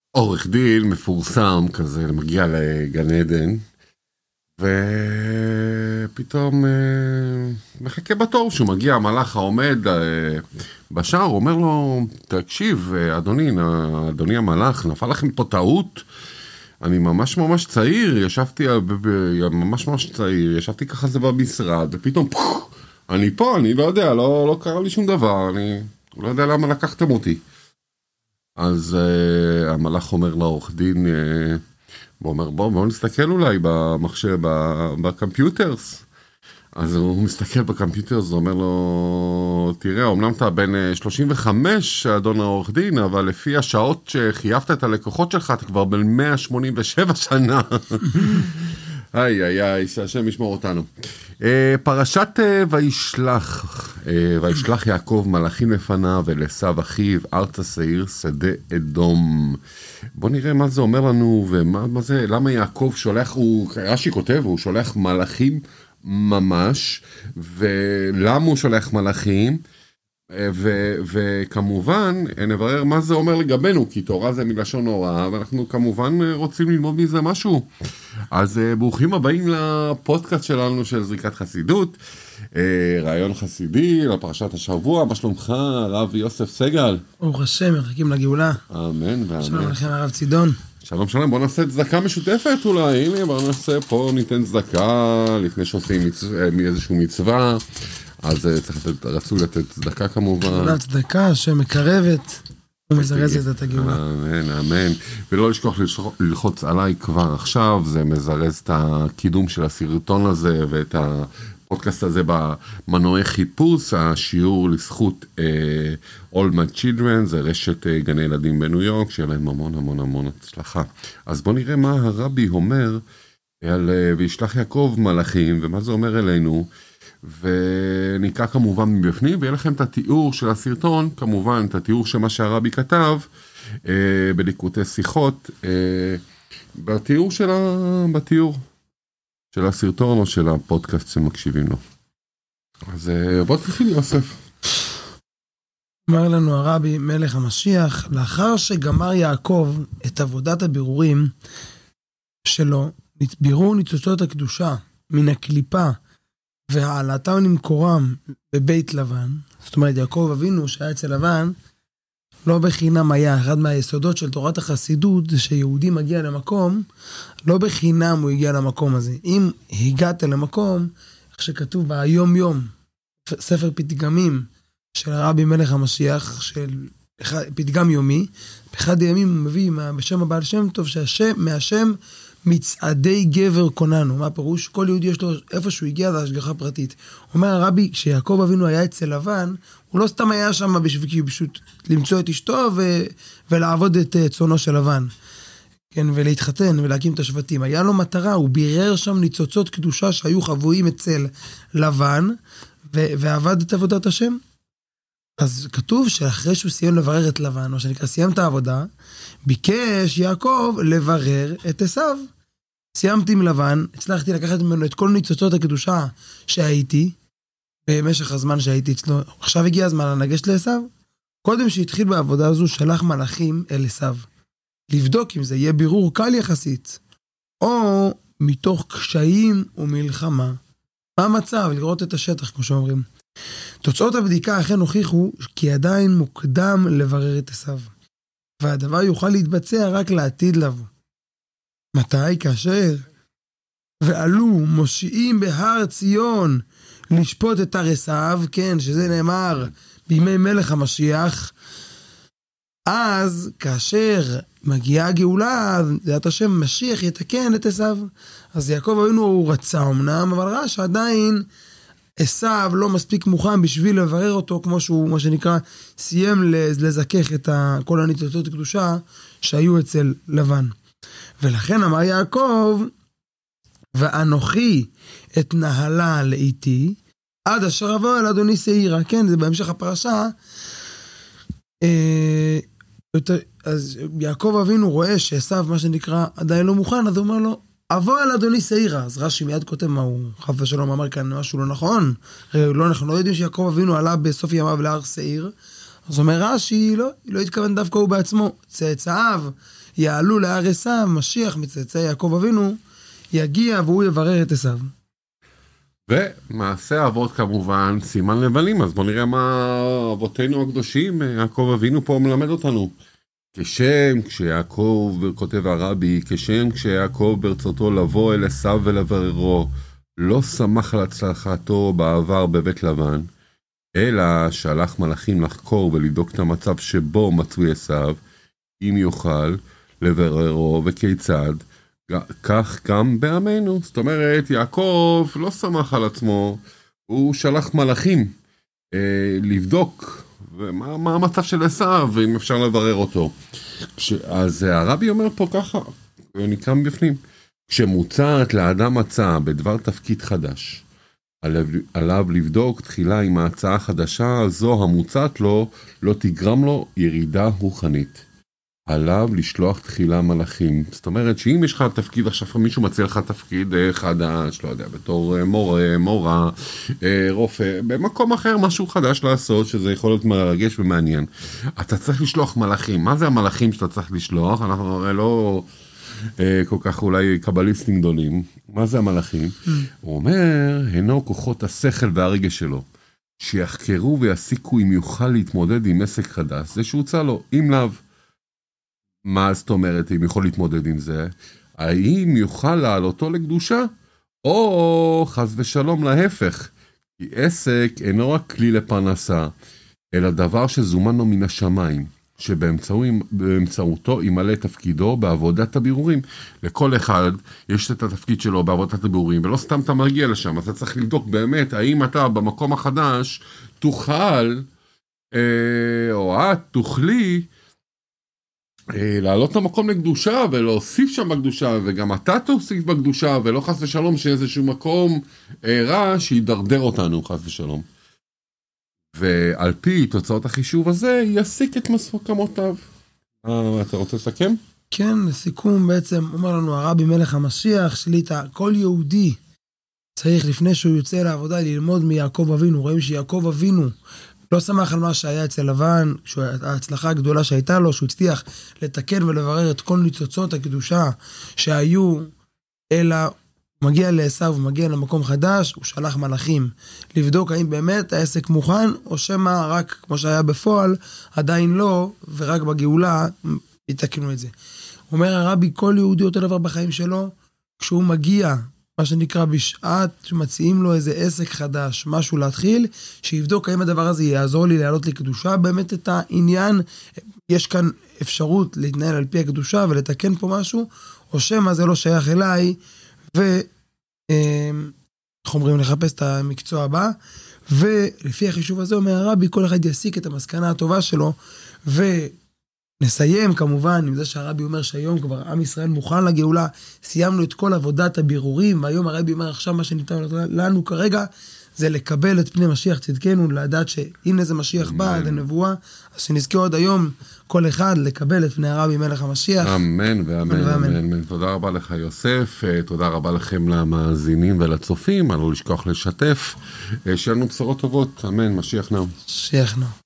עורך דין מפורסם כזה, מגיע לגן עדן, ופתאום מחכה בתור שהוא מגיע, המלאך העומד בשער, אומר לו, תקשיב, אדוני המלאך, נפל לכם פה טעות, אני ממש ממש צעיר, ישבתי ככה זה במשרד, ופתאום אני פה, אני לא יודע, לא קרה לי שום דבר, אני לא יודע למה לקחתם אותי. אז המלאך אומר לעורך דין, הוא אומר, בואו נסתכל אולי במחשב, בקמפיוטרס. אז הוא מסתכל בקמפיוטרס, הוא אומר לו, תראה, אמנם אתה בן 35, אדון העורך דין, אבל לפי השעות שחייבת את הלקוחות שלך, אתה כבר בן 187 שנה. איי, שהשם ישמור אותנו. פרשת וישלח יעקב מלאכים לפניו ולעשו אחיו ארצה שעיר שדה אדום. בוא נראה מה זה אומר לנו ומה זה, למה יעקב שולח, רש"י כותב, הוא שולח מלאכים ממש, ולמה הוא שולח מלאכים, וכמובן נברר מה זה אומר לגבינו, כי תורה זה מלשון הוראה, ואנחנו כמובן רוצים ללמוד מזה משהו. אז ברוכים הבאים לפודקאסט שלנו של זריקת חסידות, רעיון חסידי לפרשת השבוע. מה שלומך הרב יוסף סגל? ברוך השם, מחכים לגאולה. אמן ואמן. שלום לכם הרב צידון. שלום, בוא נעשה צדקה משותפת אולי, הנה בוא נעשה פה, ניתן צדקה לפני שעושים איזשהו מצווה, אז רצו לתת צדקה כמובן. צדקה שמקרבת ומזרזת את הגאולה. אמן. ולא לשכוח ללחוץ עליי כבר עכשיו, זה מזרז את הקידום של הסרטון הזה ואת הפודקאסט הזה במנועי חיפוש, השיעור לזכות All My Children, זה רשת גני ילדים בניו יורק, שיהיה להם המון הצלחה. אז בוא נראה מה הרבי אומר על וישלח יעקב מלאכים, ומה זה אומר אלינו, ונקרא כמובן מבפנים, ויהיה לכם את התיאור של הסרטון, כמובן את התיאור של מה שהרבי כתב, בליקוטי שיחות, בתיאור של הסרטון או של הפודקאסט שמקשיבים לו. אז בוא תתחיל יוסף. אמר לנו הרבי מלך המשיח, לאחר שגמר יעקב את עבודת הבירורים שלו, בירור ניצוצות הקדושה מן הקליפה, והעלתם למקורם בבית לבן, זאת אומרת יעקב אבינו שהיה אצל לבן, לא בחינם היה אחד מהיסודות של תורת החסידות, זה שיהודי מגיע למקום, לא בחינם הוא הגיע למקום הזה. אם הגעת למקום, איך שכתוב ביום יום, ספר פתגמים של הרבי מלך המשיח, של פתגם יומי, באחד הימים הוא מביא בשם הבעל שם טוב, מהשם מצעדי גבר קוננו. מה פירוש? כל יהודי יש לו איפה שהוא הגיע, זה השגחה פרטית. אומר הרבי, כשיעקב אבינו היה אצל לבן, הוא לא סתם היה שם בשביל פשוט למצוא את אשתו ולעבוד את צונו של לבן. כן, ולהתחתן ולהקים את השבטים. היה לו מטרה, הוא בירר שם ניצוצות קדושה שהיו חבויים אצל לבן, ועבד את עבודת השם. אז כתוב שאחרי שהוא סיים לברר את לבן, או שנקרא סיים את העבודה, ביקש יעקב לברר את עשיו. סיימתי עם לבן, הצלחתי לקחת ממנו את כל ניצוצות הקדושה שהייתי, במשך הזמן שהייתי אצלו. עכשיו הגיע הזמן לנגש לעשיו. קודם שהתחיל בעבודה הזו, שלח מלאכים אל עשיו. לבדוק אם זה יהיה בירור קל יחסית, או מתוך קשיים ומלחמה. מה המצב? לראות את השטח, כמו שאומרים. תוצאות הבדיקה אכן הוכיחו כי עדיין מוקדם לברר את עשיו. והדבר יוכל להתבצע רק לעתיד לבוא. מתי? כאשר ועלו מושיעים בהר ציון לשפוט את הר עשיו, כן, שזה נאמר בימי מלך המשיח, אז כאשר מגיעה הגאולה, דעת השם משיח יתקן את עשיו. אז יעקב אבינו הוא רצה אמנם, אבל ראה שעדיין עשיו לא מספיק מוכן בשביל לברר אותו, כמו שהוא, מה שנקרא, סיים לזכך את כל הניצוצות הקדושה שהיו אצל לבן. ולכן אמר יעקב, ואנוכי את נהלה לאיתי, עד אשר אבוא אל אדוני שעירה. כן, זה בהמשך הפרשה. אז יעקב אבינו רואה שעשיו, מה שנקרא, עדיין לא מוכן, אז הוא אומר לו, אבוא אל אדוני שעירה. אז רש"י מיד כותב מה הוא, חס ושלום אמר כאן משהו לא נכון. אנחנו לא יודעים שיעקב אבינו עלה בסוף ימיו להר שעיר. אז אומר רש"י, לא התכוון דווקא הוא בעצמו. צאצאיו יעלו להר עשיו, משיח מצאצאי יעקב אבינו, יגיע והוא יברר את עשיו. ומעשה האבות כמובן סימן לבנים, אז בואו נראה מה אבותינו הקדושים, יעקב אבינו פה מלמד אותנו. כשם כשיעקב, כותב הרבי, כשם כשיעקב ברצותו לבוא אל עשיו ולבררו, לא שמח על הצלחתו בעבר בבית לבן, אלא שלח מלאכים לחקור ולבדוק את המצב שבו מצוי עשיו, אם יוכל לבררו וכיצד, כך גם בעמנו. זאת אומרת, יעקב לא שמח על עצמו, הוא שלח מלאכים לבדוק מה המצב של עשיו, ואם אפשר לברר אותו. אז הרבי אומר פה ככה, נקרא מבפנים, כשמוצעת לאדם הצעה בדבר תפקיד חדש, עליו לבדוק תחילה אם ההצעה החדשה הזו המוצעת לו לא תגרם לו ירידה רוחנית. עליו לשלוח תחילה מלאכים. זאת אומרת שאם יש לך תפקיד, עכשיו מישהו מציע לך תפקיד חדש, לא יודע, בתור מורה, רופא, במקום אחר משהו חדש לעשות, שזה יכול להיות מרגש ומעניין. אתה צריך לשלוח מלאכים. מה זה המלאכים שאתה צריך לשלוח? אנחנו הרי לא כל כך אולי קבליסטים גדולים. מה זה המלאכים? הוא אומר, הנו כוחות השכל והרגש שלו, שיחקרו ויסיקו אם יוכל להתמודד עם עסק חדש. זה שהוצא לו, אם לאו. מה זאת אומרת, אם יכול להתמודד עם זה? האם יוכל לעלותו לקדושה? או חס ושלום להפך, כי עסק אינו רק כלי לפרנסה, אלא דבר שזומנו מן השמיים, שבאמצעותו ימלא תפקידו בעבודת הבירורים. לכל אחד יש את התפקיד שלו בעבודת הבירורים, ולא סתם אתה מגיע לשם, אתה צריך לבדוק באמת, האם אתה במקום החדש תוכל, או את תוכלי, לעלות למקום לקדושה ולהוסיף שם בקדושה, וגם אתה תוסיף בקדושה, ולא חס ושלום שאיזשהו מקום רע שידרדר אותנו חס ושלום. ועל פי תוצאות החישוב הזה יסיק את מסוכמותיו. אתה רוצה לסכם? כן, לסיכום בעצם אומר לנו הרבי מלך המשיח, שליטה, כל יהודי צריך לפני שהוא יוצא לעבודה ללמוד מיעקב אבינו. רואים שיעקב אבינו לא שמח על מה שהיה אצל לבן, ההצלחה הגדולה שהייתה לו, שהוא הצליח לתקן ולברר את כל ניצוצות הקדושה שהיו, אלא מגיע לעשיו ומגיע למקום חדש, הוא שלח מלאכים לבדוק האם באמת העסק מוכן, או שמה רק כמו שהיה בפועל, עדיין לא, ורק בגאולה יתקנו את זה. אומר הרבי, כל יהודי אותו דבר בחיים שלו, כשהוא מגיע, מה שנקרא בשעת שמציעים לו איזה עסק חדש, משהו להתחיל, שיבדוק האם הדבר הזה יעזור לי לעלות לקדושה, באמת את העניין, יש כאן אפשרות להתנהל על פי הקדושה ולתקן פה משהו, או שמה זה לא שייך אליי, אומרים לחפש את המקצוע הבא, ולפי החישוב הזה אומר הרבי, כל אחד יסיק את המסקנה הטובה שלו, נסיים כמובן עם זה שהרבי אומר שהיום כבר עם ישראל מוכן לגאולה, סיימנו את כל עבודת הבירורים, והיום הרבי אומר עכשיו מה שניתן לנו כרגע, זה לקבל את פני משיח צדקנו, לדעת שהנה זה משיח בא, זה נבואה, אז שנזכה עוד היום כל אחד לקבל את פני הרבי מלך המשיח. אמן ואמן ואמן. תודה רבה לך יוסף, תודה רבה לכם למאזינים ולצופים, לא לשכוח לשתף, שיהיה לנו בשורות טובות, אמן, משיח נאו. משיח נאו.